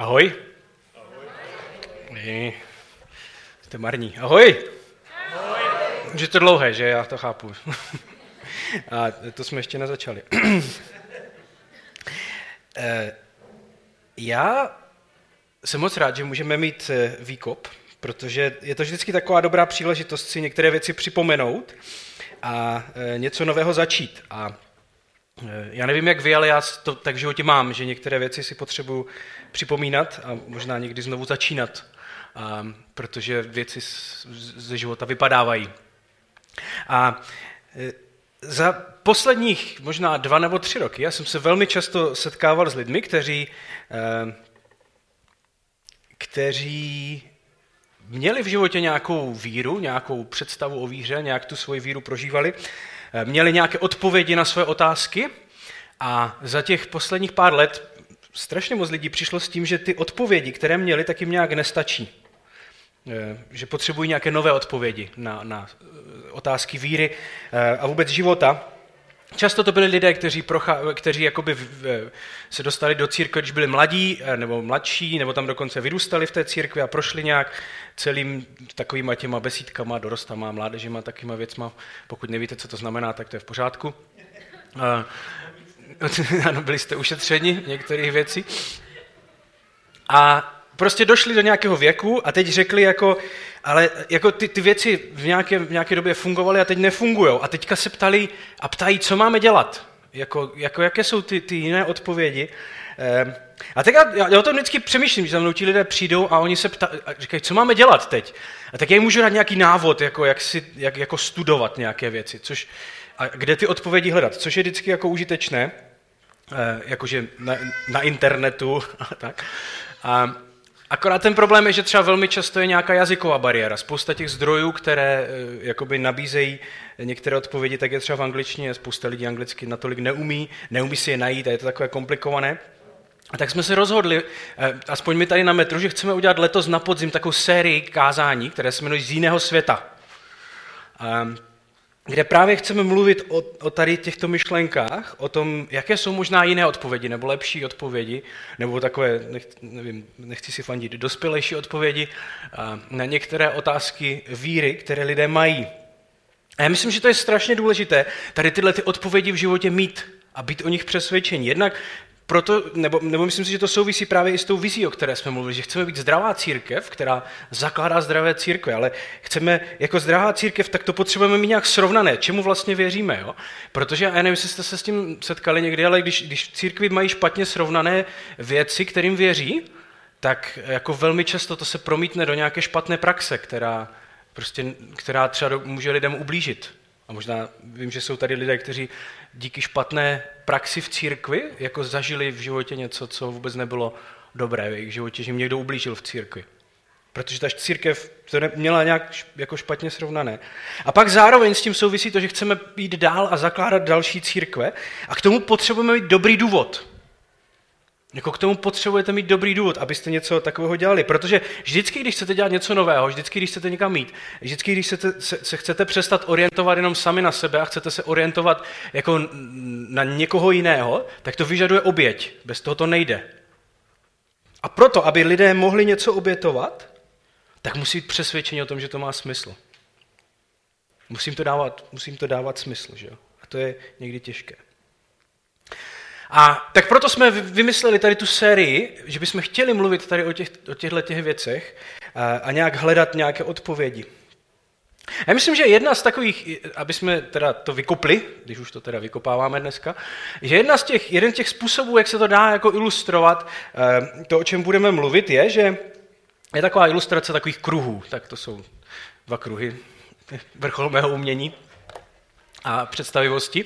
Ahoj. Ahoj. Jste marní. Ahoj. Ahoj. Že to dlouhé, že? Já to chápu. A to jsme ještě nezačali. Já jsem moc rád, že můžeme mít výkop, protože je to vždycky taková dobrá příležitost si některé věci připomenout a něco nového začít. A já nevím, jak vy, ale já to tak v životě mám, že některé věci si potřebuju připomínat a možná někdy znovu začínat, protože věci ze života vypadávají. A za posledních možná 2 nebo 3 roky já jsem se velmi často setkával s lidmi, kteří měli v životě nějakou víru, nějakou představu o víře, nějak tu svoji víru prožívali, měli nějaké odpovědi na své otázky a za těch posledních pár let strašně moc lidí přišlo s tím, že ty odpovědi, které měli, tak jim nějak nestačí. Že potřebují nějaké nové odpovědi na otázky víry a vůbec života. Často to byli lidé, kteří jakoby se dostali do církve, když byli mladí nebo mladší, nebo tam dokonce vyrůstali v té církvi a prošli nějak celým takovýma těma besídkama, dorostama, mládežima, takýma věcma. Pokud nevíte, co to znamená, tak to je v pořádku. Ano, byli jste ušetřeni některých věcí. A prostě došli do nějakého věku a teď řekli, ale ty věci v nějaké době fungovaly a teď nefungujou. A teďka se ptali a ptají, co máme dělat. Jaké jsou ty jiné odpovědi. A tak já o tom vždycky přemýšlím, že za mnou ti lidé přijdou a oni se ptají, a říkají, co máme dělat teď. A tak já jim můžu dát nějaký návod, jak studovat nějaké věci, a kde ty odpovědi hledat, což je vždycky jako užitečné, jakože na internetu a tak. Akorát ten problém je, že třeba velmi často je nějaká jazyková bariéra. Spousta těch zdrojů, které jakoby nabízejí některé odpovědi, tak je třeba v angličtině, spousta lidí anglicky natolik neumí si je najít a je to takové komplikované. A tak jsme se rozhodli, aspoň my tady na Metru, že chceme udělat letos na podzim takovou sérii kázání, které se jmenují Z jiného světa. Kde právě chceme mluvit o tady těchto myšlenkách, o tom, jaké jsou možná jiné odpovědi, nebo lepší odpovědi, nebo takové, nechci si fandit, dospělejší odpovědi na některé otázky víry, které lidé mají. A já myslím, že to je strašně důležité, tady tyhle ty odpovědi v životě mít a být o nich přesvědčení. Jednak proto, nebo myslím si, že to souvisí právě i s tou vizí, o které jsme mluvili, že chceme být zdravá církev, která zakládá zdravé církve, ale chceme jako zdravá církev, tak to potřebujeme mít nějak srovnané, čemu vlastně věříme. Jo? Protože, já nevím, jestli jste se s tím setkali někdy, ale když církvi mají špatně srovnané věci, kterým věří, tak jako velmi často to se promítne do nějaké špatné praxe, která třeba může lidem ublížit. A možná vím, že jsou tady lidé, kteří díky špatné praxi v církvi jako zažili v životě něco, co vůbec nebylo dobré v jejich životě, že jim někdo ublížil v církvi. Protože ta církev to měla nějak jako špatně srovnané. A pak zároveň s tím souvisí to, že chceme jít dál a zakládat další církve a k tomu potřebujeme mít dobrý důvod. K tomu potřebujete mít dobrý důvod, abyste něco takového dělali, protože vždycky, když chcete dělat něco nového, vždycky, když chcete někam jít, vždycky, když se chcete přestat orientovat jenom sami na sebe a chcete se orientovat jako na někoho jiného, tak to vyžaduje oběť, bez toho to nejde. A proto, aby lidé mohli něco obětovat, tak musí být přesvědčení o tom, že to má smysl. Musím to dávat smysl, že jo? A to je někdy těžké. A tak proto jsme vymysleli tady tu sérii, že bychom chtěli mluvit tady o těchto věcech a nějak hledat nějaké odpovědi. A já myslím, že jedna z takových, aby jsme teda to vykopli, když už to teda vykopáváme dneska, že jeden z těch způsobů, jak se to dá jako ilustrovat, to, o čem budeme mluvit, je, že je taková ilustrace takových kruhů. Tak to jsou 2 kruhy, vrchol mého umění a představivosti.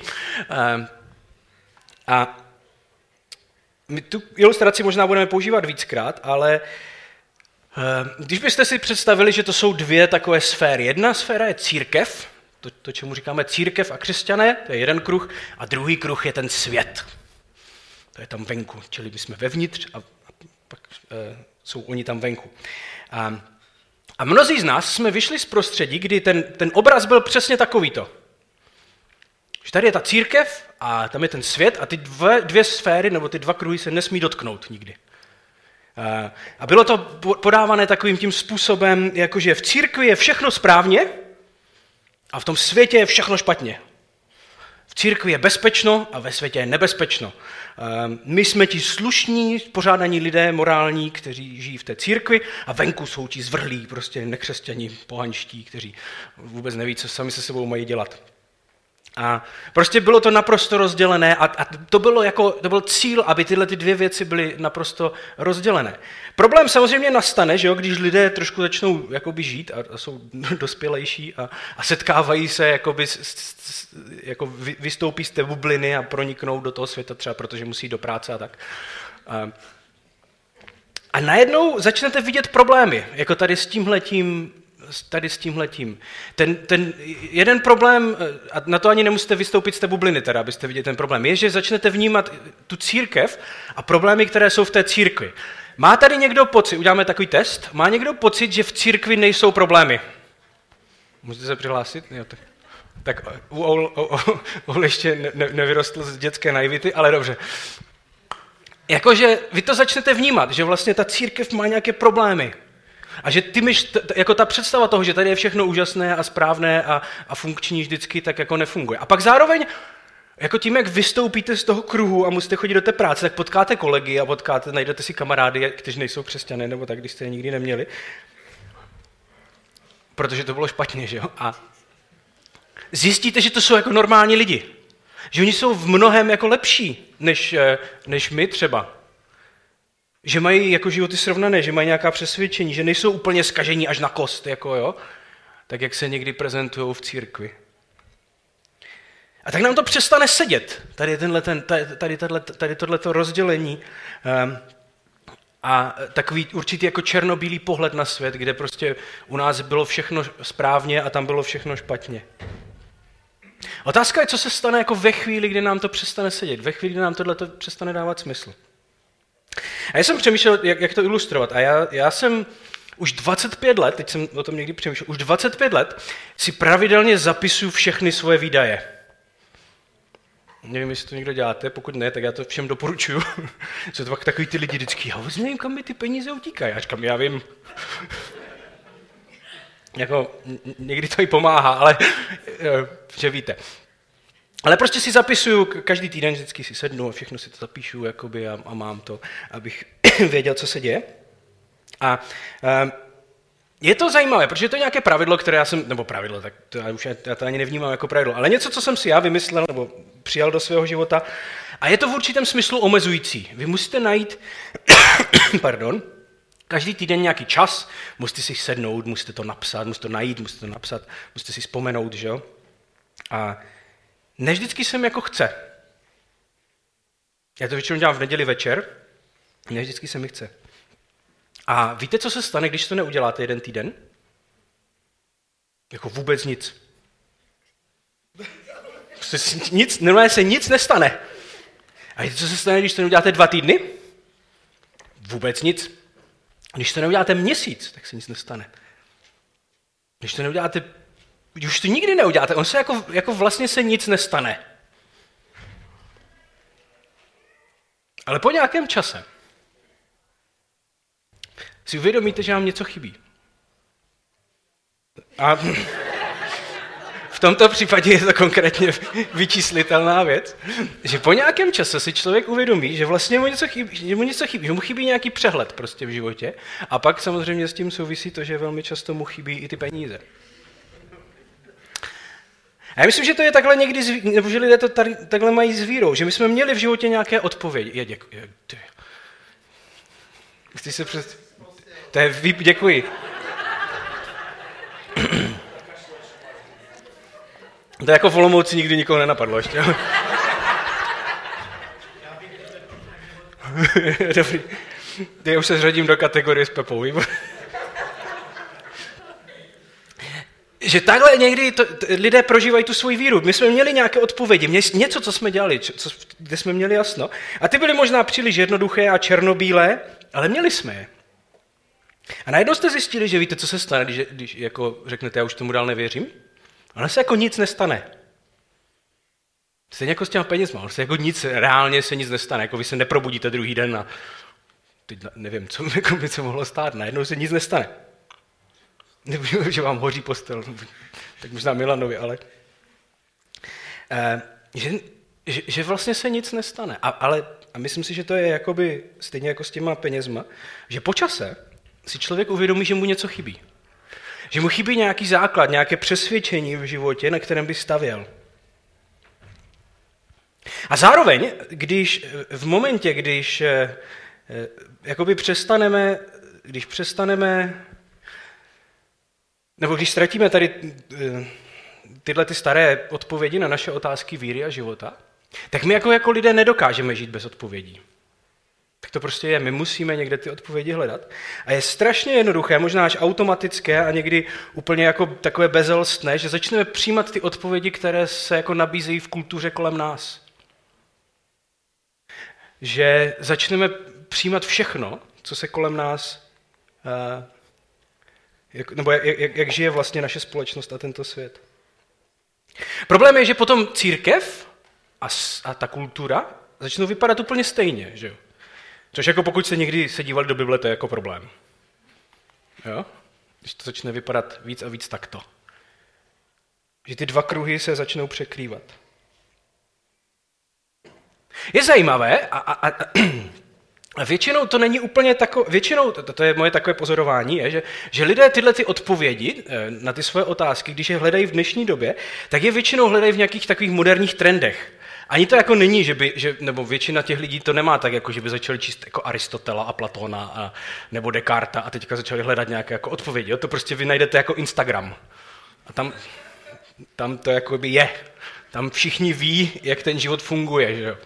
A my tu ilustraci možná budeme používat víckrát, ale když byste si představili, že to jsou 2 takové sféry. Jedna sféra je církev, to čemu říkáme církev a křesťané, to je jeden kruh, a druhý kruh je ten svět. To je tam venku, čili my jsme vevnitř a pak jsou oni tam venku. A mnozí z nás jsme vyšli z prostředí, kdy ten obraz byl přesně takovýto. Že tady je ta církev a tam je ten svět a ty 2 sféry nebo ty 2 kruhy se nesmí dotknout nikdy. A bylo to podávané takovým tím způsobem, jakože v církvi je všechno správně a v tom světě je všechno špatně. V církvi je bezpečno a ve světě je nebezpečno. My jsme ti slušní, pořádaní lidé, morální, kteří žijí v té církvi a venku jsou ti zvrhlí, prostě nekřesťaní, pohanští, kteří vůbec neví, co sami se sebou mají dělat. A prostě bylo to naprosto rozdělené a to byl cíl, aby tyhle ty dvě věci byly naprosto rozdělené. Problém samozřejmě nastane, že jo, když lidé trošku začnou jakoby žít a jsou dospělejší a setkávají se, jakoby, jako vystoupí z té bubliny a proniknou do toho světa třeba, protože musí do práce a tak. A najednou začnete vidět problémy, jako tady s tímhletím. Ten jeden problém, a na to ani nemusíte vystoupit z té bubliny, teda, abyste viděli ten problém, je, že začnete vnímat tu církev a problémy, které jsou v té církvi. Má tady někdo pocit, uděláme takový test, má někdo pocit, že v církvi nejsou problémy? Můžete se přihlásit? Jo, tak Ol ještě nevyrostl z dětské naivity, ale dobře. Jakože vy to začnete vnímat, že vlastně ta církev má nějaké problémy. A že jako ta představa toho, že tady je všechno úžasné a správné a funkční vždycky, tak jako nefunguje. A pak zároveň, jako tím, jak vystoupíte z toho kruhu a musíte chodit do té práce, tak potkáte kolegy a najdete si kamarády, kteří nejsou křesťané, nebo tak, když jste je nikdy neměli. Protože to bylo špatně, že jo? A zjistíte, že to jsou jako normální lidi. Že oni jsou v mnohem jako lepší, než my třeba. Že mají jako životy srovnané, že mají nějaká přesvědčení, že nejsou úplně zkažení až na kost, jako jo, tak jak se někdy prezentují v církvi. A tak nám to přestane sedět, tady tohleto rozdělení a takový určitý jako černobílý pohled na svět, kde prostě u nás bylo všechno správně a tam bylo všechno špatně. Otázka je, co se stane jako ve chvíli, kdy nám to přestane sedět, ve chvíli, kdy nám tohleto přestane dávat smysl. A já jsem přemýšlel, jak to ilustrovat. A já jsem už 25 let, teď jsem o tom někdy přemýšlel, už 25 let si pravidelně zapisuju všechny svoje výdaje. Nevím, jestli to někdo děláte, pokud ne, tak já to všem doporučuju. Jsou to takový ty lidi vždycky, já vůbec nevím, kam mi ty peníze utíkají. Já říkám, já vím. Jako, někdy to i pomáhá, ale že víte. Ale prostě si zapisuju, každý týden vždycky si sednu a všechno si to zapíšu jakoby, a mám to, abych věděl, co se děje. A je to zajímavé, protože to je nějaké pravidlo, které tak já to ani nevnímám jako pravidlo, ale něco, co jsem si já vymyslel nebo přijal do svého života a je to v určitém smyslu omezující. Vy musíte najít, každý týden nějaký čas, musíte si sednout, musíte to napsat, musíte to najít, musíte to napsat, musíte si vzpomenout, že jo? A ne vždycky jsem jako chce. Já to většinou dělám v neděli večer, ne vždycky se mi chce. A víte, co se stane, když to neuděláte jeden týden? Jako vůbec nic. Normálně se nic nestane. A víte, co se stane, když to neuděláte 2 týdny? Vůbec nic. Když to neuděláte měsíc, tak se nic nestane. Když to neuděláte, už to nikdy neuděláte, on se jako vlastně se nic nestane. Ale po nějakém čase si uvědomíte, že vám něco chybí. A v tomto případě je to konkrétně vyčíslitelná věc, že po nějakém čase si člověk uvědomí, že vlastně mu něco chybí, že mu chybí nějaký přehled prostě v životě a pak samozřejmě s tím souvisí to, že velmi často mu chybí i ty peníze. A já myslím, že to je takhle někdy, nebo že lidé to takhle mají s vírou, že my jsme měli v životě nějaké odpovědi. Chci se děkuji. To jako v Olomouci nikdy nikoho nenapadlo ještě. Dobrý. Já už se zřadím do kategorie s Pepou. Že takhle někdy lidé prožívají tu svoji víru. My jsme měli nějaké odpovědi, něco, co jsme dělali, kde jsme měli jasno. A ty byly možná příliš jednoduché a černobílé, ale měli jsme je. A najednou jste zjistili, že víte, co se stane, když jako řeknete, já už tomu dál nevěřím. Ale se jako nic nestane. Stejně jako s těma penězma, reálně se nic nestane, jako vy se neprobudíte druhý den a teď nevím, co by se mohlo stát, najednou se nic nestane. Nevím, že vám hoří postel, tak možná Milanovi, ale že vlastně se nic nestane. A myslím si, že to je jakoby stejně jako s těma penězma, že po čase si člověk uvědomí, že mu něco chybí. Že mu chybí nějaký základ, nějaké přesvědčení v životě, na kterém by stavěl. A zároveň, v momentě, když ztratíme tady tyhle ty staré odpovědi na naše otázky víry a života, tak my jako lidé nedokážeme žít bez odpovědí. Tak to prostě je, my musíme někde ty odpovědi hledat. A je strašně jednoduché, možná až automatické a někdy úplně jako takové bezelstné, že začneme přijímat ty odpovědi, které se jako nabízejí v kultuře kolem nás. Že začneme přijímat všechno, co se kolem nás, nebo jak žije vlastně naše společnost a tento svět. Problém je, že potom církev a ta kultura začnou vypadat úplně stejně, že jo? Což jako pokud se někdy se dívali do Bible, to je jako problém. Jo? Když to začne vypadat víc a víc takto. Že ty dva kruhy se začnou překrývat. Je zajímavé a většinou to není úplně takové, většinou, to je moje takové pozorování, je, že lidé tyhle ty odpovědi na ty svoje otázky, když je hledají v dnešní době, tak je většinou hledají v nějakých takových moderních trendech. Ani to jako není, nebo většina těch lidí to nemá tak, jako že by začali číst jako Aristotela a Platona nebo Descarta a teďka začali hledat nějaké jako odpovědi. Jo? To prostě vy najdete jako Instagram. A tam to jakoby je. Tam všichni ví, jak ten život funguje. Že jo?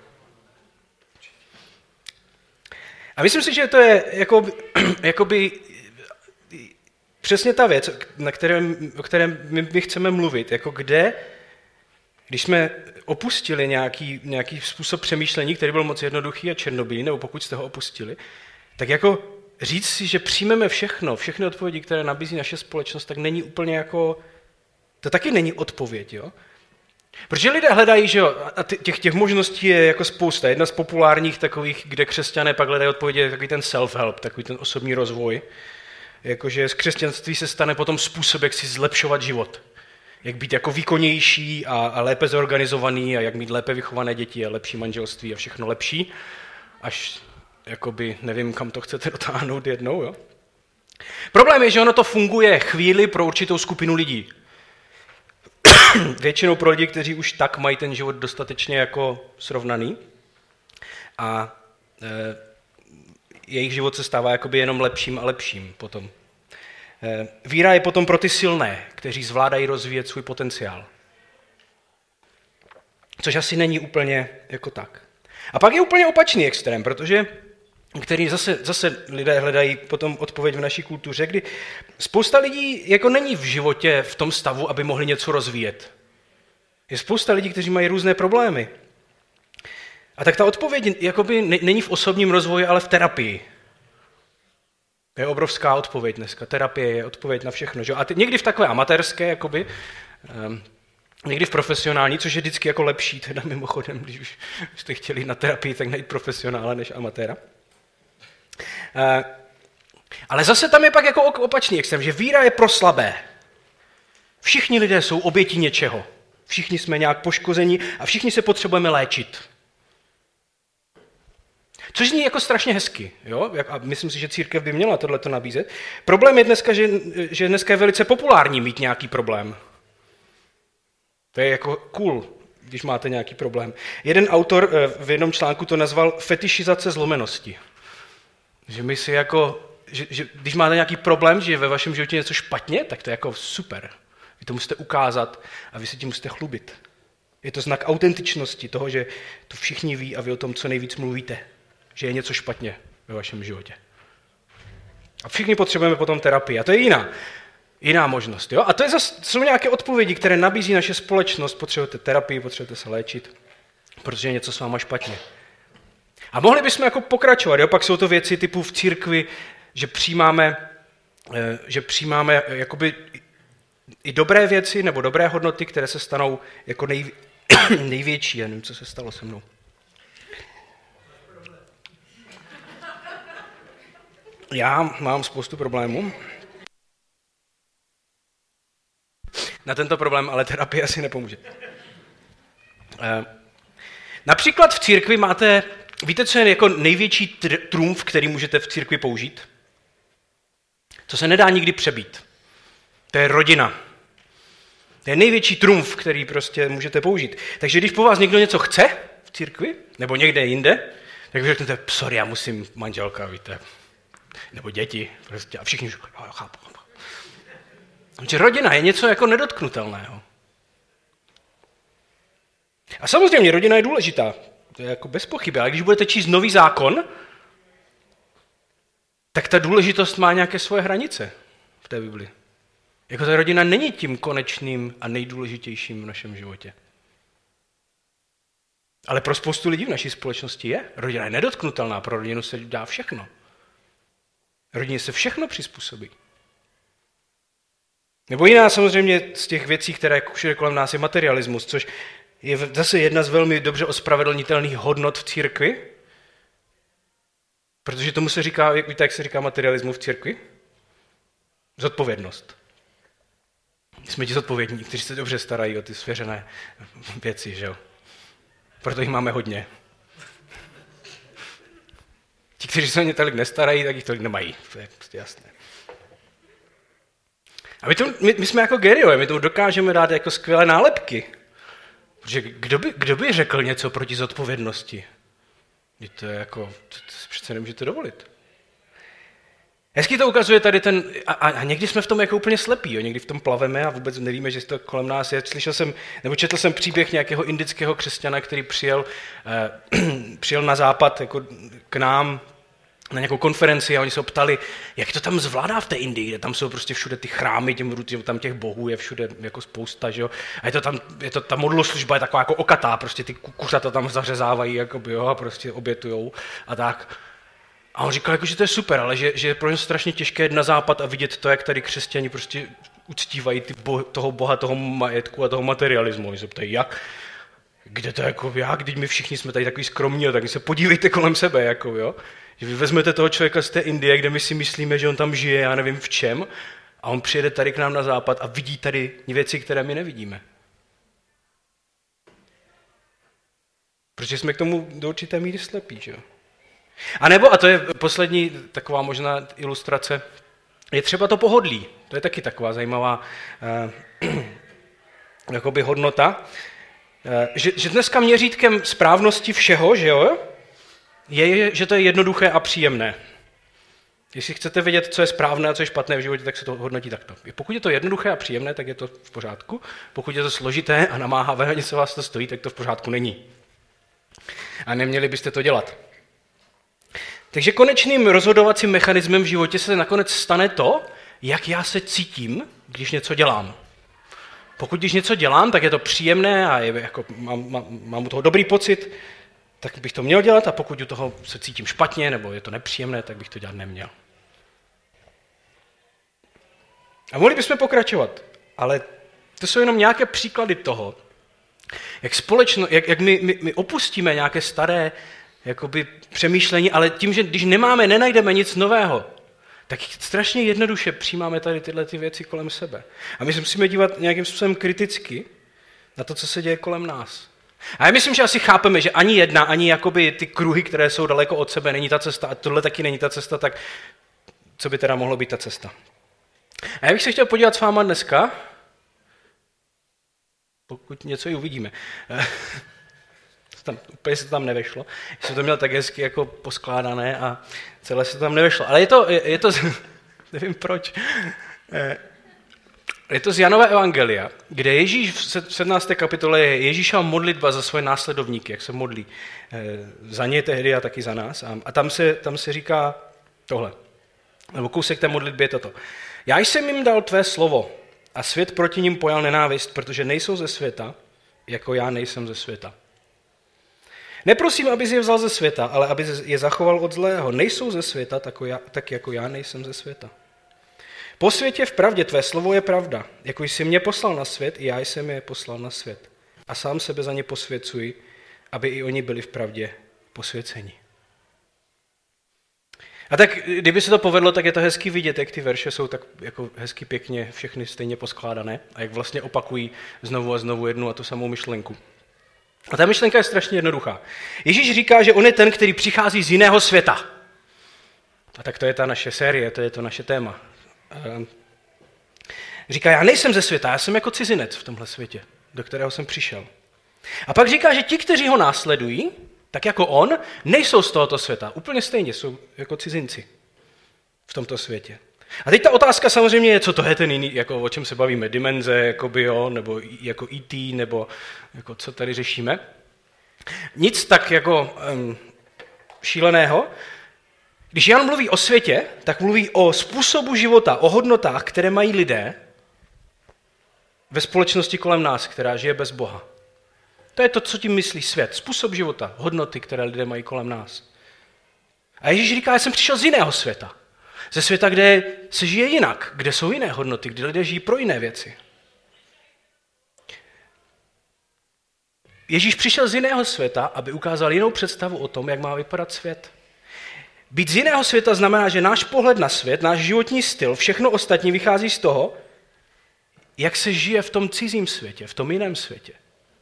A myslím si, že to je jakoby přesně ta věc, o které my chceme mluvit. Jako když jsme opustili nějaký způsob přemýšlení, který byl moc jednoduchý a černobílý, nebo pokud jste ho opustili, tak jako říct si, že přijmeme všechny odpovědi, které nabízí naše společnost, tak není úplně jako, to taky není odpověď, jo? Protože lidé hledají, že jo, a těch možností je jako spousta. Jedna z populárních takových, kde křesťané pak hledají odpovědi, je takový ten self-help, takový ten osobní rozvoj. Jakože z křesťanství se stane potom způsob, jak si zlepšovat život. Jak být jako výkonnější a lépe zorganizovaný a jak mít lépe vychované děti a lepší manželství a všechno lepší. Až jakoby nevím, kam to chcete dotáhnout jednou, jo. Problém je, že ono to funguje chvíli pro určitou skupinu lidí. Většinou pro lidi, kteří už tak mají ten život dostatečně jako srovnaný a jejich život se stává jakoby jenom lepším a lepším potom. Víra je potom pro ty silné, kteří zvládají rozvíjet svůj potenciál. Což asi není úplně jako tak. A pak je úplně opačný extrém, protože který zase lidé hledají potom odpověď v naší kultuře, kdy spousta lidí jako není v životě v tom stavu, aby mohli něco rozvíjet. Je spousta lidí, kteří mají různé problémy. A tak ta odpověď jakoby není v osobním rozvoji, ale v terapii. To je obrovská odpověď dneska. Terapie je odpověď na všechno. Že? A někdy v takové amatérské, jakoby, někdy v profesionální, což je vždycky jako lepší, teda mimochodem, když už jste chtěli na terapii, tak najít profesionála než amatéra. Ale zase tam je pak jako opačný extrém, že víra je pro slabé. Všichni lidé jsou obětí něčeho. Všichni jsme nějak poškození a všichni se potřebujeme léčit. Což zní jako strašně hezky, jo? A myslím si, že církev by měla tohleto nabízet. Problém je dneska, že dneska je velice populární mít nějaký problém. To je jako cool, když máte nějaký problém. Jeden autor v jednom článku to nazval fetišizace zlomenosti. Že my si jako, že když máte nějaký problém, že je ve vašem životě něco špatně, tak to je jako super. Vy to musíte ukázat a vy se tím musíte chlubit. Je to znak autentičnosti toho, že to všichni ví a vy o tom co nejvíc mluvíte. Že je něco špatně ve vašem životě. A všichni potřebujeme potom terapii. A to je jiná možnost. Jo? A to jsou nějaké odpovědi, které nabízí naše společnost. Potřebujete terapii, potřebujete se léčit, protože je něco s váma špatně. A mohli bychom jako pokračovat. Jo? Pak jsou to věci typu v církvi, že přijímáme jakoby i dobré věci nebo dobré hodnoty, které se stanou jako největší. Já nevím, co se stalo se mnou. Já mám spoustu problémů. Na tento problém ale terapie asi nepomůže. Například v církvi máte, víte, co je jako největší trumf, který můžete v církvi použít? Co se nedá nikdy přebít. To je rodina. To je největší trumf, který prostě můžete použít. Takže když po vás někdo něco chce v církvi, nebo někde jinde, tak vy řeknete, sorry, já musím manželka, víte, nebo děti, prostě, a všichni říkají, jo, chápu. Takže rodina je něco jako nedotknutelného. A samozřejmě rodina je důležitá, to je jako bez pochyby, ale když budete číst Nový zákon, tak ta důležitost má nějaké svoje hranice v té Bibli. Jako ta rodina není tím konečným a nejdůležitějším v našem životě. Ale pro spoustu lidí v naší společnosti je. Rodina je nedotknutelná, pro rodinu se dá všechno. Rodině se všechno přizpůsobí. Nebo jiná samozřejmě z těch věcí, které všude kolem nás je materialismus, což je zase jedna z velmi dobře ospravedlnitelných hodnot v církvi, protože tomu se říká, víte, jak se říká materialismu v církvi? Zodpovědnost. Jsme ti zodpovědní, kteří se dobře starají o ty svěřené věci, že jo? Proto jich máme hodně. Ti, kteří se o ně tolik nestarají, tak jich tolik nemají. To je prostě jasné. A my jsme jako Geriové, my tomu dokážeme dát jako skvělé nálepky. Protože kdo by řekl něco proti zodpovědnosti? To je jako, to přece nemůžete dovolit. Hezky to ukazuje tady ten, a někdy jsme v tom jako úplně slepí, jo? Někdy v tom plaveme a vůbec nevíme, že to kolem nás je. Četl jsem příběh nějakého indického křesťana, který přijel na západ jako k nám na nějakou konferenci a oni se ho ptali, jak to tam zvládá v té Indii, kde tam jsou prostě všude ty chrámy, tam těch bohů je všude jako spousta, že jo? A ta modloslužba je taková jako okatá, prostě ty kuřata tam zařezávají, jakoby, jo, a prostě obětujou a tak. A on říkal, jako, že to je super, ale že je pro ně strašně těžké jít na západ a vidět to, jak tady křesťani prostě uctívají toho boha, toho majetku a toho materialismu. Oni se ptají, jak? Kde to jako jak? Teď my všichni jsme tady takový skromní, tak se podívejte kolem sebe, jako, jo? Že vy vezmete toho člověka z té Indie, kde my si myslíme, že on tam žije, já nevím v čem, a on přijede tady k nám na západ a vidí tady věci, které my nevidíme. Protože jsme k tomu do určité míry slepí, že jo? A nebo, a to je poslední taková možná ilustrace, je třeba to pohodlí. To je taky taková zajímavá jakoby hodnota. Že dneska měřítkem správnosti všeho, že jo, je, že to je jednoduché a příjemné. Jestli chcete vědět, co je správné a co je špatné v životě, tak se to hodnotí takto. Pokud je to jednoduché a příjemné, tak je to v pořádku. Pokud je to složité a namáhavé a něco vás to stojí, tak to v pořádku není. A neměli byste to dělat. Takže konečným rozhodovacím mechanismem v životě se nakonec stane to, jak já se cítím, když něco dělám. Pokud když něco dělám, tak je to příjemné a jako, mám u toho dobrý pocit, tak bych to měl dělat, a pokud u toho se cítím špatně nebo je to nepříjemné, tak bych to dělat neměl. A mohli bychom pokračovat, ale to jsou jenom nějaké příklady toho, jak my opustíme nějaké staré jakoby přemýšlení, ale tím, že když nenajdeme nic nového, tak strašně jednoduše přijímáme tady tyhle ty věci kolem sebe. A my se musíme dívat nějakým způsobem kriticky na to, co se děje kolem nás. A já myslím, že asi chápeme, že ani jakoby ty kruhy, které jsou daleko od sebe, není ta cesta, a tohle taky není ta cesta, tak co by teda mohlo být ta cesta? A já bych se chtěl podívat s váma dneska, pokud něco i uvidíme. Úplně se to tam nevešlo. Jsem to měl tak hezky jako poskládané a celé se to tam nevešlo. Ale je to nevím proč, je to z Janova evangelia, kde Ježíš v 17. kapitole je Ježíšova modlitba za svoje následovníky, jak se modlí za ně tehdy a taky za nás. A tam se říká tohle, nebo kousek té modlitby je toto. Já jsem jim dal tvé slovo a svět proti nim pojal nenávist, protože nejsou ze světa, jako já nejsem ze světa. Neprosím, abys je vzal ze světa, ale aby je zachoval od zlého. Nejsou ze světa, tak jako já nejsem ze světa. Po světě v pravdě, tvé slovo je pravda. Jako jsi mě poslal na svět, i já jsem je poslal na svět. A sám sebe za ně posvěcuji, aby i oni byli v pravdě posvěceni. A tak kdyby se to povedlo, tak je to hezky vidět, jak ty verše jsou tak jako hezky pěkně všechny stejně poskládané a jak vlastně opakují znovu a znovu jednu a tu samou myšlenku. A ta myšlenka je strašně jednoduchá. Ježíš říká, že on je ten, který přichází z jiného světa. A tak to je ta naše série, to je to naše téma. Říká, já nejsem ze světa, já jsem jako cizinec v tomhle světě, do kterého jsem přišel. A pak říká, že ti, kteří ho následují, tak jako on, nejsou z tohoto světa. Úplně stejně jsou jako cizinci v tomto světě. A teď ta otázka samozřejmě je, co to je ten jiný, jako o čem se bavíme, dimenze, jako bio, nebo jako IT, nebo jako co tady řešíme. Nic tak jako šíleného. Když Jan mluví o světě, tak mluví o způsobu života, o hodnotách, které mají lidé ve společnosti kolem nás, která žije bez Boha. To je to, co tím myslí svět. Způsob života, hodnoty, které lidé mají kolem nás. A Ježíš říká, já jsem přišel z jiného světa. Ze světa, kde se žije jinak, kde jsou jiné hodnoty, kde lidé žijí pro jiné věci. Ježíš přišel z jiného světa, aby ukázal jinou představu o tom, jak má vypadat svět. Být z jiného světa znamená, že náš pohled na svět, náš životní styl, všechno ostatní vychází z toho, jak se žije v tom cizím světě, v tom jiném světě.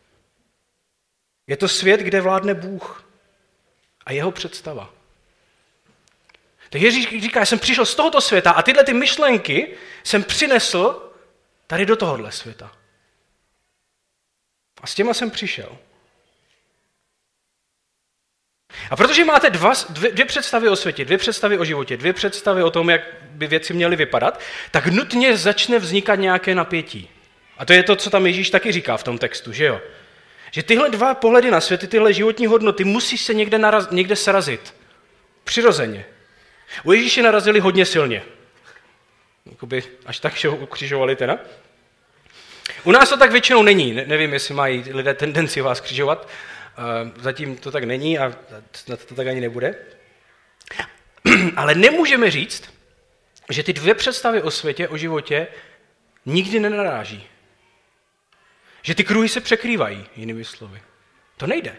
Je to svět, kde vládne Bůh a jeho představa. Tak Ježíš říká, já jsem přišel z tohoto světa a tyhle ty myšlenky jsem přinesl tady do tohohle světa. A s těma jsem přišel. A protože máte dvě představy o světě, dvě představy o životě, dvě představy o tom, jak by věci měly vypadat, tak nutně začne vznikat nějaké napětí. A to je to, co tam Ježíš taky říká v tom textu, že jo? Že tyhle dva pohledy na svět, tyhle životní hodnoty musí se někde srazit. Přirozeně. U Ježíše narazili hodně silně. Jakoby až tak, že ho ukřižovali teda. U nás to tak většinou není. Nevím, jestli mají lidé tendenci vás křižovat. Zatím to tak není a snad to tak ani nebude. Ale nemůžeme říct, že ty dvě představy o světě, o životě nikdy nenaráží. Že ty kruhy se překrývají, jinými slovy. To nejde.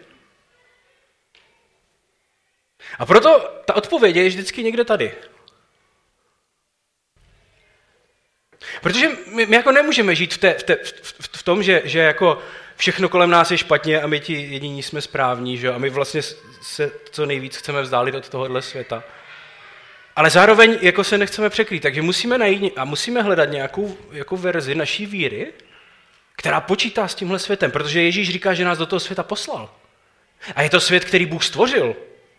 A proto ta odpověď je vždycky někde tady. Protože my jako nemůžeme žít v tom, že jako všechno kolem nás je špatně a my ti jediní jsme správní, že? A my vlastně se co nejvíc chceme vzdálit od tohohle světa. Ale zároveň jako se nechceme překrýt, takže musíme najít a musíme hledat nějakou jako verzi naší víry, která počítá s tímhle světem, protože Ježíš říká, že nás do toho světa poslal. A je to svět, který Bůh stvořil.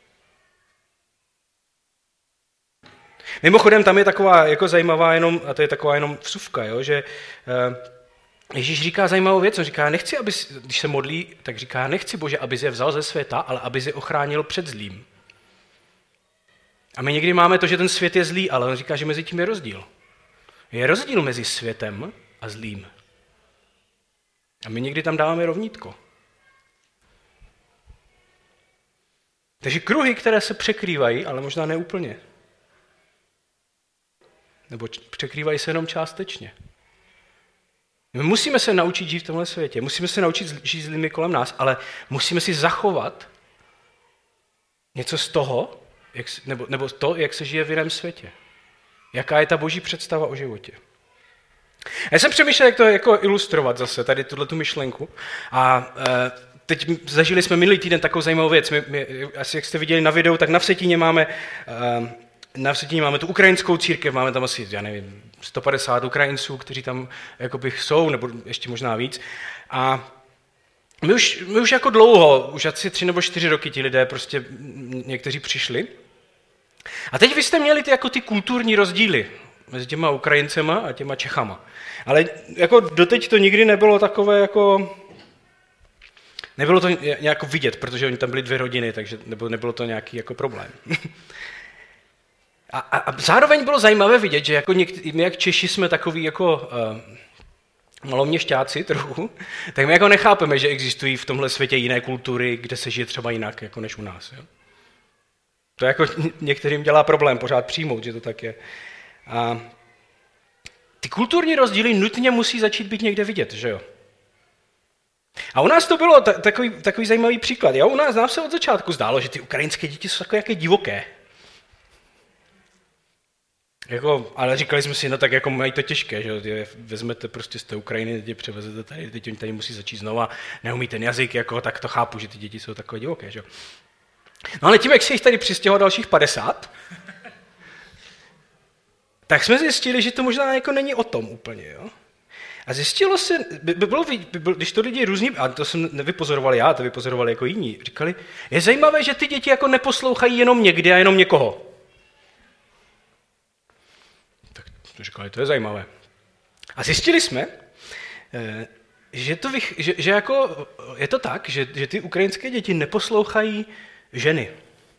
Mimochodem, tam je taková jako zajímavá jenom, a to je taková jenom vsuvka, jo, že Ježíš říká zajímavou věc, on říká, nechci, když se modlí, tak říká, nechci Bože, abys je vzal ze světa, ale abys je ochránil před zlým. A my někdy máme to, že ten svět je zlý, ale on říká, že mezi tím je rozdíl. Je rozdíl mezi světem a zlým. A my někdy tam dáváme rovnítko. Takže kruhy, které se překrývají, ale možná ne úplně. Nebo překrývají se jenom částečně. My musíme se naučit žít v tomhle světě, musíme se naučit žít s lidmi kolem nás, ale musíme si zachovat něco z toho, nebo to, jak se žije v jiném světě. Jaká je ta boží představa o životě. Já jsem přemýšlel, jak to jako ilustrovat zase, tady tuhletu myšlenku. A teď zažili jsme minulý týden takovou zajímavou věc. My, asi jak jste viděli na videu, tak na Vsetíně máme tu ukrajinskou církev, máme tam asi, 150 Ukrajinců, kteří tam jakoby jsou, nebo ještě možná víc. A my už jako dlouho, už asi 3 nebo 4 roky ti lidé prostě někteří přišli. A teď vy jste měli ty kulturní rozdíly mezi těma Ukrajincema a těma Čechama. Ale jako doteď to nikdy nebylo takové jako... Nebylo to nějak vidět, protože oni tam byli 2 rodiny, takže nebylo to nějaký jako problém. A zároveň bylo zajímavé vidět, že jako my jak Češi jsme takový jako maloměšťáci trochu, tak my jako nechápeme, že existují v tomhle světě jiné kultury, kde se žije třeba jinak jako než u nás. Jo? To jako některým dělá problém pořád přijmout, že to tak je. A ty kulturní rozdíly nutně musí začít být někde vidět, že jo? A u nás to bylo takový zajímavý příklad. Jo? U nás nám se od začátku zdálo, že ty ukrajinské děti jsou takové jaké divoké. Jako, ale říkali jsme si, no tak jako mají to těžké, že je vezmete prostě z té Ukrajiny, teď převezete tady, teď oni tady musí začít znova, neumí ten jazyk, jako, tak to chápu, že ty děti jsou takové divoké, že? No ale tím, jak se jich tady přistěhovalo dalších 50, tak jsme zjistili, že to možná jako není o tom úplně, jo? A zjistilo se, když to lidi různí, a to jsem nevypozoroval já, to vypozorovali jako jiní, říkali, je zajímavé, že ty děti jako neposlouchají jenom někdy a jenom někoho. Tak to říkali, to je zajímavé. A zjistili jsme, že jako je to tak, že ty ukrajinské děti neposlouchají ženy.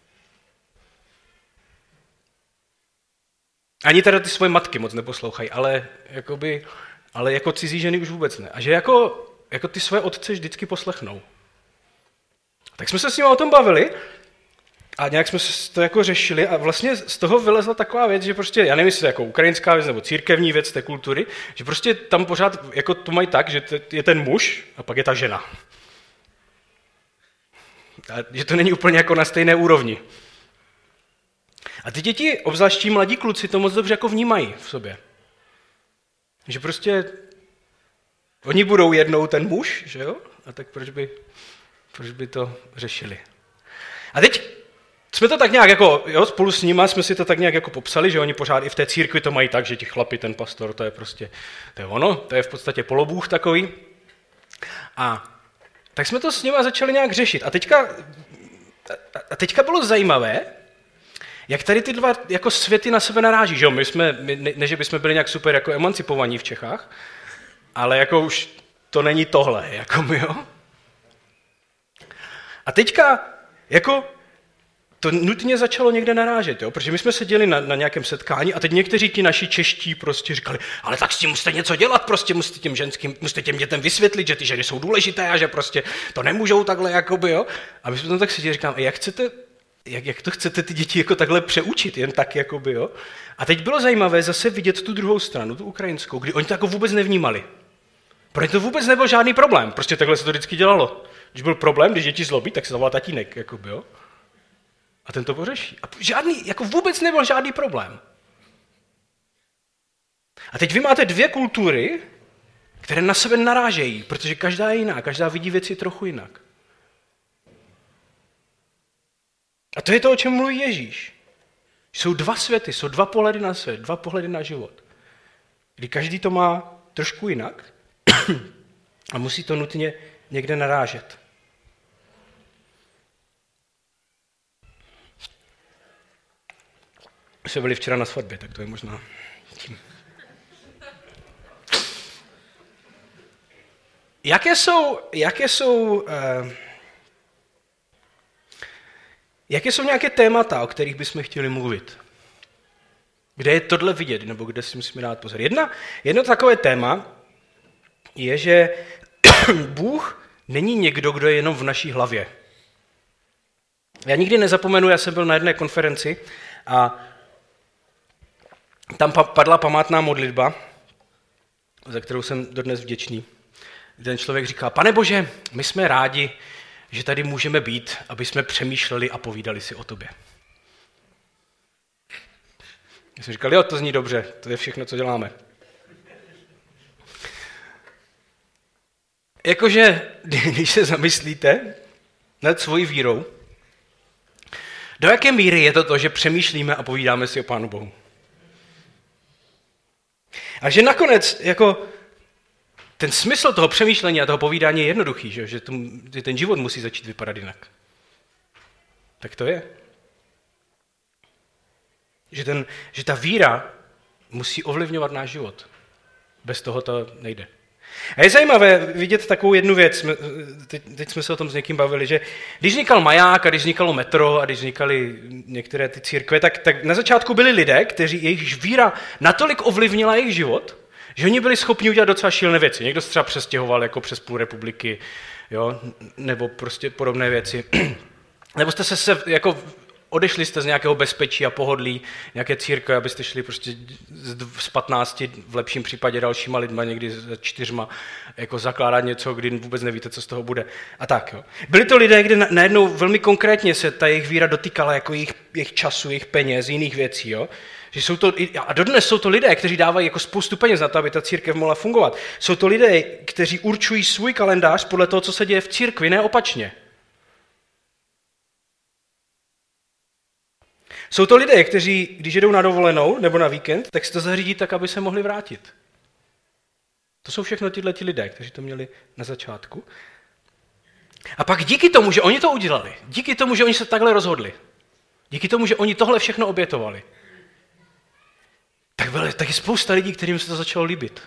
Ani teda ty svoje matky moc neposlouchají, ale jako cizí ženy už vůbec ne. A že jako ty své otce vždycky poslechnou. Tak jsme se s nimi o tom bavili a nějak jsme to jako řešili a vlastně z toho vylezla taková věc, že prostě, já nevím, jestli jako ukrajinská věc nebo církevní věc té kultury, že prostě tam pořád jako to mají tak, že je ten muž a pak je ta žena. A že to není úplně jako na stejné úrovni. A ty děti, obzvlášť mladí kluci, to moc dobře jako vnímají v sobě. Že prostě oni budou jednou ten muž, že jo? A tak proč by to řešili? A teď jsme to tak nějak jako, jo, spolu s nima jsme si to tak nějak jako popsali, že oni pořád i v té církvi to mají tak, že ti chlapi, ten pastor, to je prostě, to je ono, to je v podstatě polobůh takový. A tak jsme to s nima začali nějak řešit. A teďka bylo zajímavé, jak tady ty dva jako světy na sebe naráží, že jo? Ne, že bychom byli nějak super jako emancipovaní v Čechách, ale jako už to není tohle, jako my, jo? A teďka jako to nutně začalo někde narážet, jo? Protože my jsme seděli na nějakém setkání a teď někteří ti naši čeští prostě říkali, ale tak s tím musíte něco dělat, prostě musíte těm dětem vysvětlit, že ty ženy jsou důležité a že prostě to nemůžou takhle, jakoby, jo? A my jsme tam tak seděli, říkám, jak to chcete ty děti jako takhle přeučit, jen tak, jakoby, jo? A teď bylo zajímavé zase vidět tu druhou stranu, tu ukrajinskou, kdy oni to jako vůbec nevnímali. Pro ně to vůbec nebyl žádný problém, prostě takhle se to vždycky dělalo. Když byl problém, když děti zlobí, tak se zavolá tatínek, jakoby, jo? A ten to pořeší. A jako vůbec nebyl žádný problém. A teď vy máte dvě kultury, které na sebe narážejí, protože každá je jiná, každá vidí věci trochu jinak. A to je to, o čem mluví Ježíš. Jsou dva světy, jsou dva pohledy na svět, dva pohledy na život. Kdy každý to má trošku jinak a musí to nutně někde narážet. Jsme byli včera na svatbě, tak to je možná tím. Jaké jsou nějaké témata, o kterých bychom chtěli mluvit? Kde je tohle vidět, nebo kde si musíme dát pozor? Jedno takové téma je, že Bůh není někdo, kdo je jenom v naší hlavě. Já nikdy nezapomenu, já jsem byl na jedné konferenci a tam padla památná modlitba, za kterou jsem dodnes vděčný. Ten člověk říká, Pane Bože, my jsme rádi, že tady můžeme být, aby jsme přemýšleli a povídali si o tobě. Já jsem říkal, jo, to zní dobře, to je všechno, co děláme. Jakože, když se zamyslíte nad svojí vírou, do jaké míry je to, že přemýšlíme a povídáme si o Pánu Bohu? A že nakonec jako ten smysl toho přemýšlení a toho povídání je jednoduchý, že ten život musí začít vypadat jinak. Tak to je. Že ta víra musí ovlivňovat náš život. Bez toho to nejde. A je zajímavé vidět takovou jednu věc, teď jsme se o tom s někým bavili, že když vznikal maják a když vznikalo metro a když vznikaly některé ty církve, tak na začátku byli lidé, jejichž víra natolik ovlivnila jejich život, že oni byli schopni udělat docela šílené věci. Někdo se třeba přestěhoval jako přes půl republiky, jo, nebo prostě podobné věci. Nebo jste se jako odešli jste z nějakého bezpečí a pohodlí, nějaké církve, abyste šli prostě z 15, v lepším případě dalšíma lidma, někdy s 4, jako zakládat něco, kdy vůbec nevíte, co z toho bude. A tak, jo. Byli to lidé, kde najednou velmi konkrétně se ta jejich víra dotýkala jako jejich času, jejich peněz, jiných věcí, jo. Že jsou to, a dodnes jsou to lidé, kteří dávají jako spoustu peněz na to, aby ta církev mohla fungovat. Jsou to lidé, kteří určují svůj kalendář podle toho, co se děje v církvi, ne opačně. Jsou to lidé, kteří, když jedou na dovolenou nebo na víkend, tak si to zařídí tak, aby se mohli vrátit. To jsou všechno tihleti lidé, kteří to měli na začátku. A pak díky tomu, že oni to udělali, díky tomu, že oni se takhle rozhodli, díky tomu, že oni tohle všechno obětovali, tak je spousta lidí, kterým se to začalo líbit.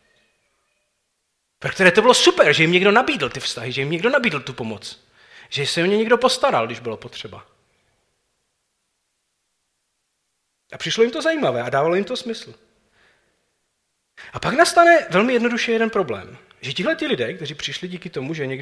Pro které to bylo super, že jim někdo nabídl ty vztahy, že jim někdo nabídl tu pomoc, že se o ně někdo postaral, když bylo potřeba. A přišlo jim to zajímavé a dávalo jim to smysl. A pak nastane velmi jednoduše jeden problém. Že tihle ti lidé, kteří přišli díky tomu, že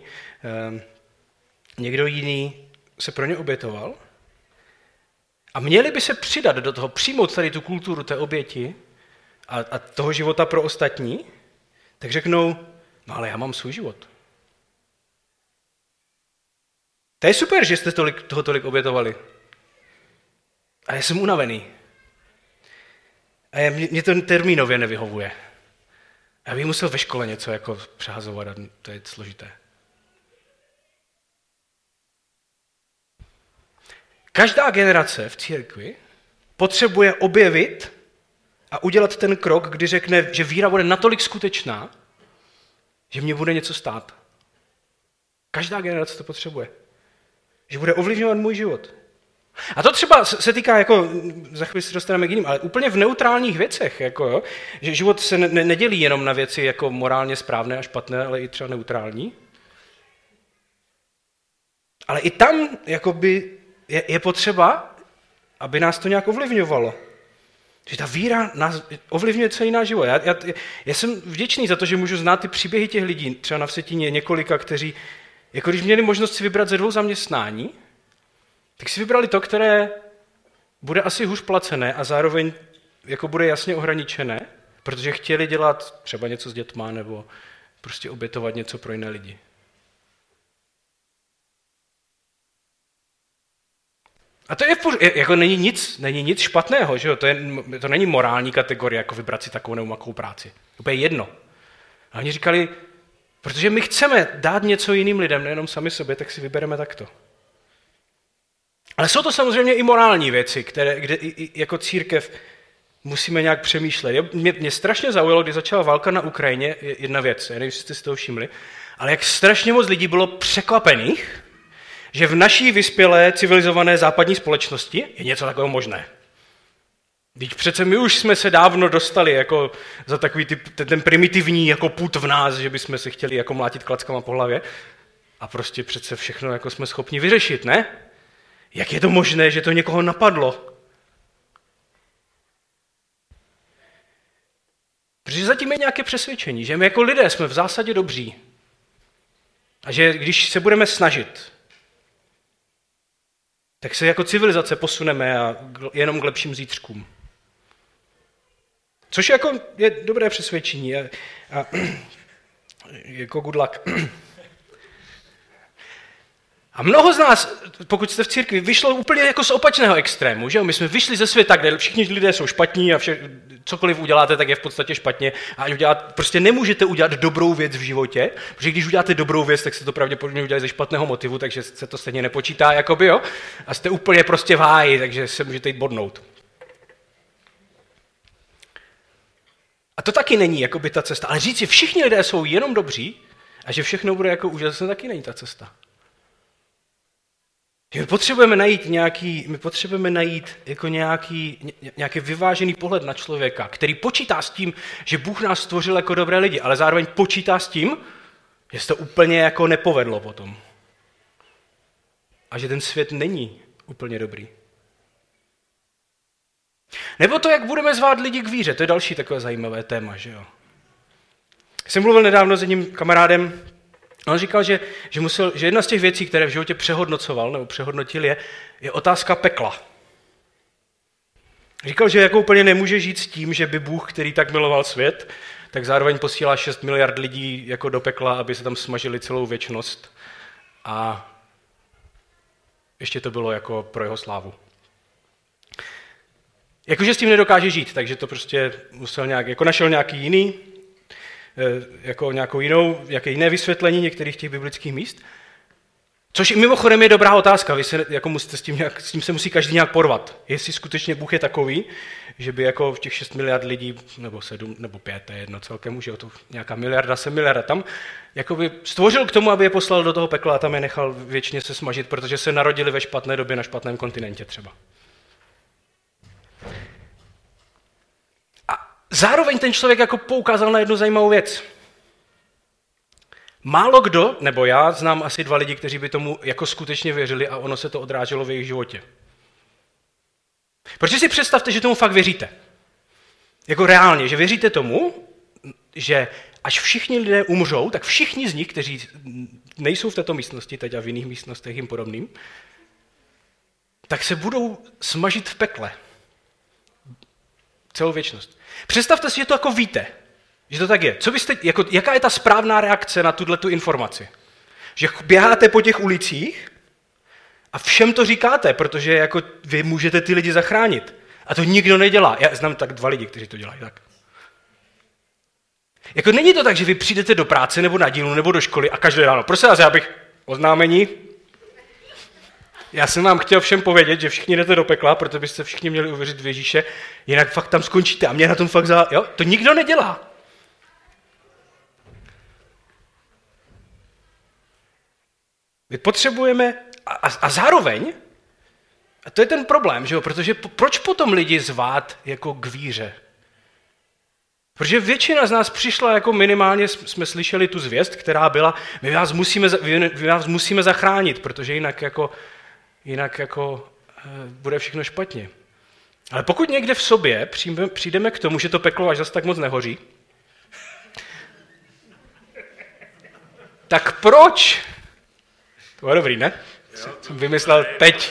někdo jiný se pro ně obětoval a měli by se přidat do toho, přijmout tady tu kulturu té oběti a toho života pro ostatní, tak řeknou, no ale já mám svůj život. To je super, že jste toho tolik obětovali. A já jsem unavený. A mě to termínově nevyhovuje. Já bych musel ve škole něco jako přehazovat a to je složité. Každá generace v církvi potřebuje objevit a udělat ten krok, kdy řekne, že víra bude natolik skutečná, že mě bude něco stát. Každá generace to potřebuje. Že bude ovlivňovat můj život. A to třeba se týká, jako, za chvíli se dostaneme k jiným, ale úplně v neutrálních věcech, jako, jo, že život se nedělí jenom na věci jako morálně správné a špatné, ale i třeba neutrální. Ale i tam jakoby, je potřeba, aby nás to nějak ovlivňovalo. Že ta víra nás ovlivňuje celý náš život. Já jsem vděčný za to, že můžu znát ty příběhy těch lidí, třeba na Vsetíně několika, kteří, jako když měli možnost si vybrat ze 2 zaměstnání, tak si vybrali to, které bude asi hůř placené a zároveň jako bude jasně ohraničené, protože chtěli dělat třeba něco s dětma nebo prostě obětovat něco pro jiné lidi. A to je jako není nic špatného, že jo? To není morální kategorie, jako vybrat si takovou nebo makou práci. To je jedno. A oni říkali, protože my chceme dát něco jiným lidem, nejenom sami sobě, tak si vybereme takto. Ale jsou to samozřejmě i morální věci, kde jako církev musíme nějak přemýšlet. Mě strašně zaujalo, když začala válka na Ukrajině, jedna věc, já nevím, jestli jste si toho všimli, ale jak strašně moc lidí bylo překvapených, že v naší vyspělé civilizované západní společnosti je něco takového možné. Vždyť přece my už jsme se dávno dostali jako za takový ten primitivní jako pud v nás, že bychom se chtěli jako mlátit klackama po hlavě a prostě přece všechno jako jsme schopni vyřešit, ne? Jak je to možné, že to někoho napadlo? Protože zatím je nějaké přesvědčení, že my jako lidé jsme v zásadě dobří. A že když se budeme snažit, tak se jako civilizace posuneme a jenom k lepším zítřkům. Což je dobré přesvědčení a jako good luck. A mnoho z nás, pokud jste v církvi, vyšlo úplně jako z opačného extrému, že jo? My jsme vyšli ze světa, kde všichni lidé jsou špatní a cokoliv uděláte, tak je v podstatě špatně a prostě nemůžete udělat dobrou věc v životě, protože když uděláte dobrou věc, tak se to pravděpodobně udělá ze špatného motivu, takže se to stejně nepočítá, jakoby, jo? A jste úplně prostě v háji, takže se můžete jít bodnout. A to taky není jakoby ta cesta. Ale říct si, všichni lidé jsou jenom dobří a že všechno bude jako úžasné, taky není ta cesta. My potřebujeme najít jako nějaký vyvážený pohled na člověka, který počítá s tím, že Bůh nás stvořil jako dobré lidi, ale zároveň počítá s tím, že se to úplně jako nepovedlo potom. A že ten svět není úplně dobrý. Nebo to, jak budeme zvát lidi k víře, to je další takové zajímavé téma, že jo. Jsem mluvil nedávno s jedním kamarádem, on říkal, že jedna z těch věcí, které v životě přehodnocoval nebo přehodnotil, je otázka pekla. Říkal, že jako úplně nemůže žít s tím, že by Bůh, který tak miloval svět, tak zároveň posílá 6 miliard lidí jako do pekla, aby se tam smažili celou věčnost. A ještě to bylo jako pro jeho slávu. Jakože s tím nedokáže žít, takže to prostě musel nějak, jako našel nějaký jiný, jako nějaké jiné vysvětlení některých těch biblických míst. Což mimochodem je dobrá otázka, vy se jako musíte s tím se musí každý nějak porvat. Jestli skutečně Bůh je takový, že by jako v těch 6 miliard lidí, nebo 7, nebo 5, to je jedno celkem, už je to nějaká miliarda, 7 miliarda tam, jakoby stvořil k tomu, aby je poslal do toho pekla a tam je nechal věčně se smažit, protože se narodili ve špatné době na špatném kontinentě třeba. A zároveň ten člověk jako poukázal na jednu zajímavou věc. Málo kdo, nebo já znám asi 2 lidi, kteří by tomu jako skutečně věřili a ono se to odráželo v jejich životě. Protože si představte, že tomu fakt věříte. Jako reálně, že věříte tomu, že až všichni lidé umřou, tak všichni z nich, kteří nejsou v této místnosti, teď a v jiných místnostech jim podobným, tak se budou smažit v pekle. Celou věčnost. Představte si, že to jako víte. Že to tak je. Co byste, jako, jaká je ta správná reakce na tuto informaci? Že běháte po těch ulicích a všem to říkáte, protože jako vy můžete ty lidi zachránit. A to nikdo nedělá. Já znám tak 2 lidi, kteří to dělají tak. Jako není to tak, že vy přijdete do práce nebo na dílnu nebo do školy a každý ráno, prosím vás, já bych oznámení. Já jsem vám chtěl všem povědět, že všichni jdete do pekla, protože byste všichni měli uvěřit v Ježíše, jinak fakt tam skončíte a mě na tom fakt jo? To nikdo nedělá. My potřebujeme, a zároveň, a to je ten problém, že jo? Protože proč potom lidi zvát jako k víře? Protože většina z nás přišla, jako minimálně jsme slyšeli tu zvěst, která byla, my vás musíme zachránit, protože jinak bude všechno špatně. Ale pokud někde v sobě přijdeme k tomu, že to peklo až zase tak moc nehoří, tak proč? To bylo dobrý, ne? Jsem vymyslel teď.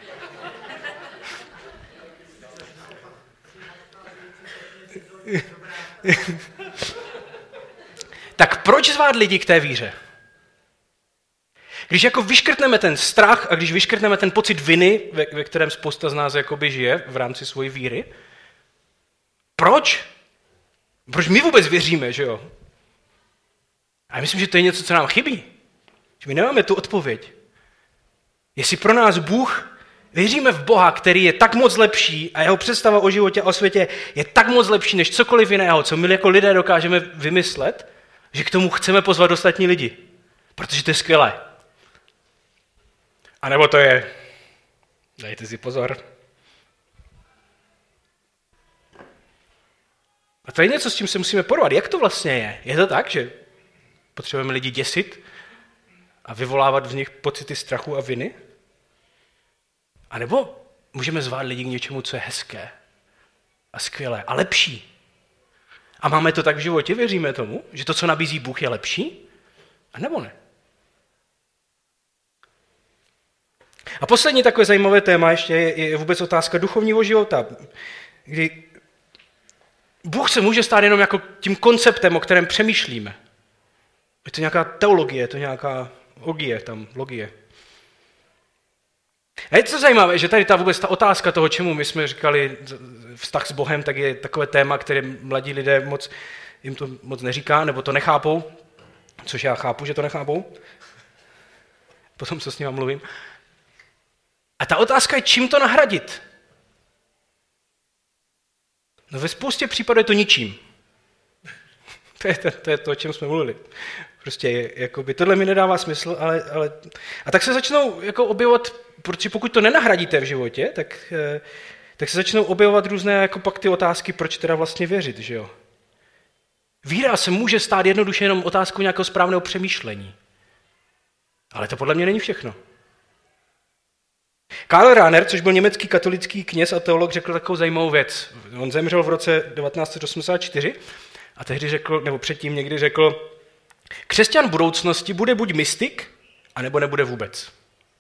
Tak proč zvát lidi k té víře? Když jako vyškrtneme ten strach a když vyškrtneme ten pocit viny, ve kterém spousta z nás jakoby žije v rámci svojí víry, proč? Proč my vůbec věříme, že jo? A já myslím, že to je něco, co nám chybí. Že my nemáme tu odpověď. Jestli pro nás Bůh, věříme v Boha, který je tak moc lepší a jeho představa o životě a o světě je tak moc lepší než cokoliv jiného, co my jako lidé dokážeme vymyslet, že k tomu chceme pozvat ostatní lidi. Protože to je skvělé. A nebo to je, dejte si pozor. A to je něco, s čím se musíme porvat. Jak to vlastně je? Je to tak, že potřebujeme lidi děsit a vyvolávat v nich pocity strachu a viny? A nebo můžeme zvát lidi k něčemu, co je hezké a skvělé a lepší? A máme to tak v životě, věříme tomu, že to, co nabízí Bůh, je lepší? A nebo ne? A poslední takové zajímavé téma ještě je vůbec otázka duchovního života, kdy Bůh se může stát jenom jako tím konceptem, o kterém přemýšlíme. Je to nějaká teologie, je to nějaká logie. A je to zajímavé, že tady vůbec ta otázka toho, čemu my jsme říkali vztah s Bohem, tak je takové téma, které mladí lidé jim to moc neříká, nebo to nechápou, což já chápu, že to nechápou. Potom co s nima mluvím. A ta otázka je, čím to nahradit? No ve spoustě případů je to ničím. To je to, o čem jsme mluvili. Prostě jakoby, tohle mi nedává smysl, ale... A tak se začnou jako objevovat, protože pokud to nenahradíte v životě, tak se začnou objevovat různé jako pak ty otázky, proč teda vlastně věřit, že jo? Víra se může stát jednoduše jenom otázkou nějakého správného přemýšlení. Ale to podle mě není všechno. Karl Rahner, což byl německý katolický kněz a teolog, řekl takovou zajímavou věc. On zemřel v roce 1984 a tehdy řekl, nebo předtím někdy řekl, křesťan budoucnosti bude buď mystik, anebo nebude vůbec.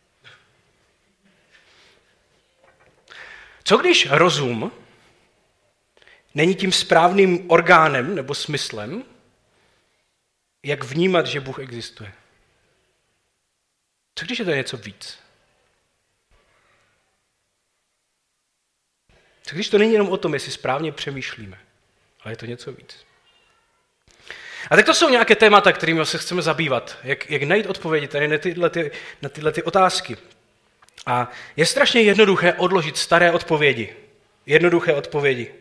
Co když rozum není tím správným orgánem nebo smyslem, jak vnímat, že Bůh existuje? Co když je to něco víc? Co když to není jenom o tom, jestli správně přemýšlíme, ale je to něco víc. A tak to jsou nějaké témata, kterými se chceme zabývat. Jak najít odpovědi tady na tyhle otázky. A je strašně jednoduché odložit staré odpovědi. Jednoduché odpovědi.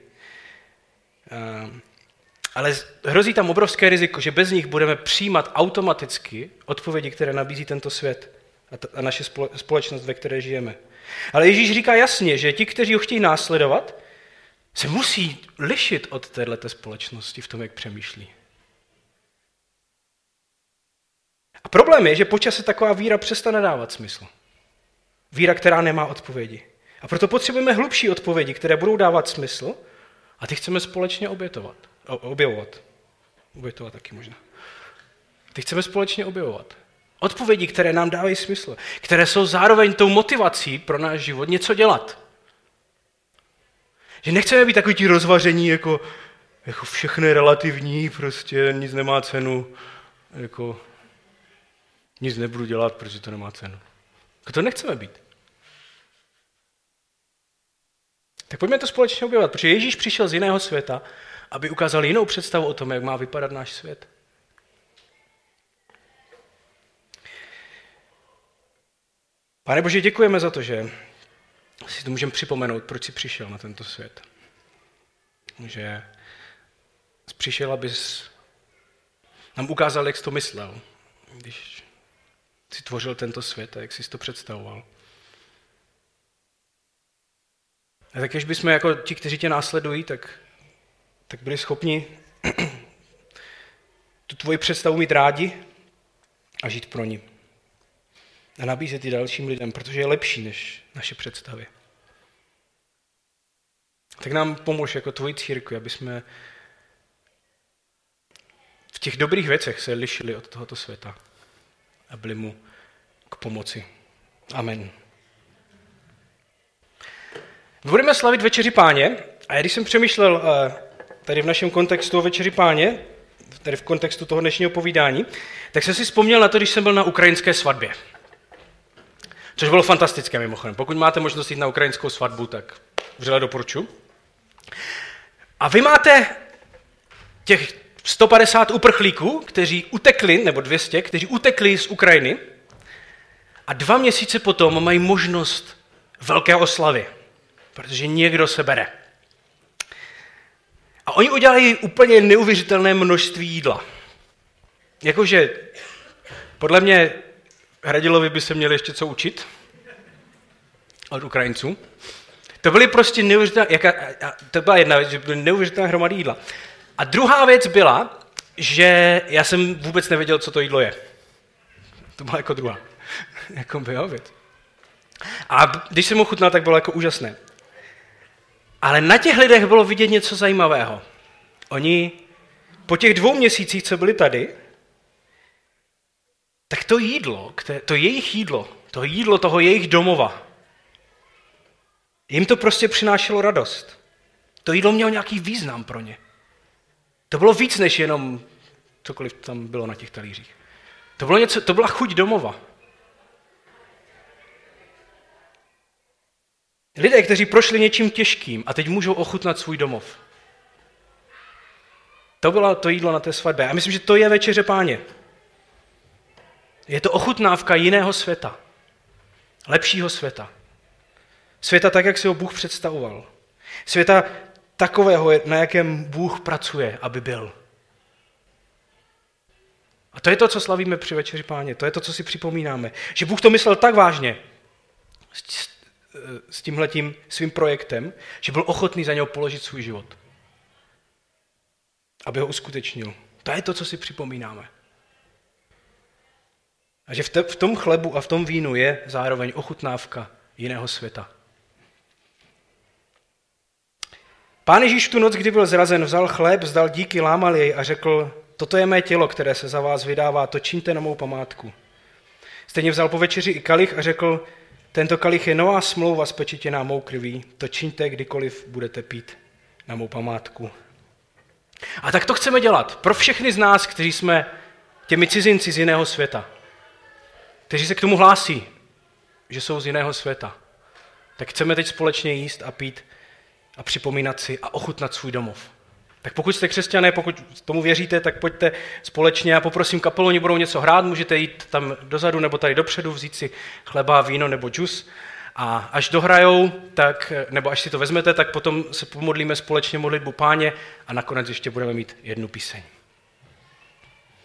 Ale hrozí tam obrovské riziko, že bez nich budeme přijímat automaticky odpovědi, které nabízí tento svět a naše společnost, ve které žijeme. Ale Ježíš říká jasně, že ti, kteří ho chtějí následovat, se musí lišit od této společnosti v tom, jak přemýšlí. A problém je, že po čase taková víra přestane dávat smysl. Víra, která nemá odpovědi. A proto potřebujeme hlubší odpovědi, které budou dávat smysl a ty chceme společně objevovat. Obětovat taky možná. Ty chceme společně objevovat. Odpovědi, které nám dávají smysl, které jsou zároveň tou motivací pro náš život něco dělat. Že nechceme být takový ti rozvaření, jako všechno je relativní, prostě nic nemá cenu, jako nic nebudu dělat, protože to nemá cenu. To nechceme být. Tak pojďme to společně objevovat, protože Ježíš přišel z jiného světa, aby ukázal jinou představu o tom, jak má vypadat náš svět. Pane Bože, děkujeme za to, že si to můžeme připomenout, proč jsi přišel na tento svět. Že jsi přišel, abys nám ukázal, jak jsi to myslel, když jsi tvořil tento svět a jak jsi to představoval. A tak když bychom jako ti, kteří tě následují, tak byli schopni tu tvoji představu mít rádi a žít pro ní. A nabízet ji dalším lidem, protože je lepší než naše představy. Tak nám pomož jako tvoji církvi, aby jsme v těch dobrých věcech se lišili od tohoto světa a byli mu k pomoci. Amen. Budeme slavit Večeři Páně a když jsem přemýšlel tady v našem kontextu o Večeři Páně, tady v kontextu toho dnešního povídání, tak jsem si vzpomněl na to, když jsem byl na ukrajinské svatbě. Což bylo fantastické mimochodem. Pokud máte možnost jít na ukrajinskou svatbu, tak vřele doporučuji. A vy máte těch 150 uprchlíků, kteří utekli, nebo 200, kteří utekli z Ukrajiny a 2 měsíce potom mají možnost velké oslavy, protože někdo se bere. A oni udělají úplně neuvěřitelné množství jídla. Jakože podle mě Hradilovi by se měli ještě co učit od Ukrajinců. To byly prostě to byla jedna věc, že byly neuvěřitelné hromady jídla. A druhá věc byla, že já jsem vůbec nevěděl, co to jídlo je. To byla jako druhá. Jako byla věc. A když jsem ho chutnal, tak bylo jako úžasné. Ale na těch lidech bylo vidět něco zajímavého. Oni po těch 2 měsících, co byli tady, tak to jídlo, to jejich jídlo, to jídlo toho jejich domova, jim to prostě přinášelo radost. To jídlo mělo nějaký význam pro ně. To bylo víc než jenom cokoliv tam bylo na těch talířích. To byla chuť domova. Lidé, kteří prošli něčím těžkým a teď můžou ochutnat svůj domov. To bylo to jídlo na té svatbě. A myslím, že to je Večeře Páně. Je to ochutnávka jiného světa. Lepšího světa. Světa tak, jak si ho Bůh představoval. Světa takového, na jakém Bůh pracuje, aby byl. A to je to, co slavíme při Večeři Páně. To je to, co si připomínáme. Že Bůh to myslel tak vážně s tímhletím svým projektem, že byl ochotný za něho položit svůj život. Aby ho uskutečnil. To je to, co si připomínáme. A že v tom chlebu a v tom vínu je zároveň ochutnávka jiného světa. Pán Ježíš v tu noc, kdy byl zrazen, vzal chléb, vzdal díky, lámal jej a řekl: toto je mé tělo, které se za vás vydává, to čiňte na mou památku. Stejně vzal po večeři i kalich a řekl: tento kalich je nová smlouva spečetěná mou krví, to čiňte, kdykoliv budete pít na mou památku. A tak to chceme dělat pro všechny z nás, kteří jsme těmi cizinci z jiného světa, kteří se k tomu hlásí, že jsou z jiného světa. Tak chceme teď společně jíst a pít a připomínat si a ochutnat svůj domov. Tak pokud jste křesťané, pokud tomu věříte, tak pojďte společně. Já poprosím kapelu, oni budou něco hrát, můžete jít tam dozadu nebo tady dopředu, vzít si chleba, víno nebo džus. A až dohrajou, nebo až si to vezmete, tak potom se pomodlíme společně modlitbu Páně a nakonec ještě budeme mít jednu píseň.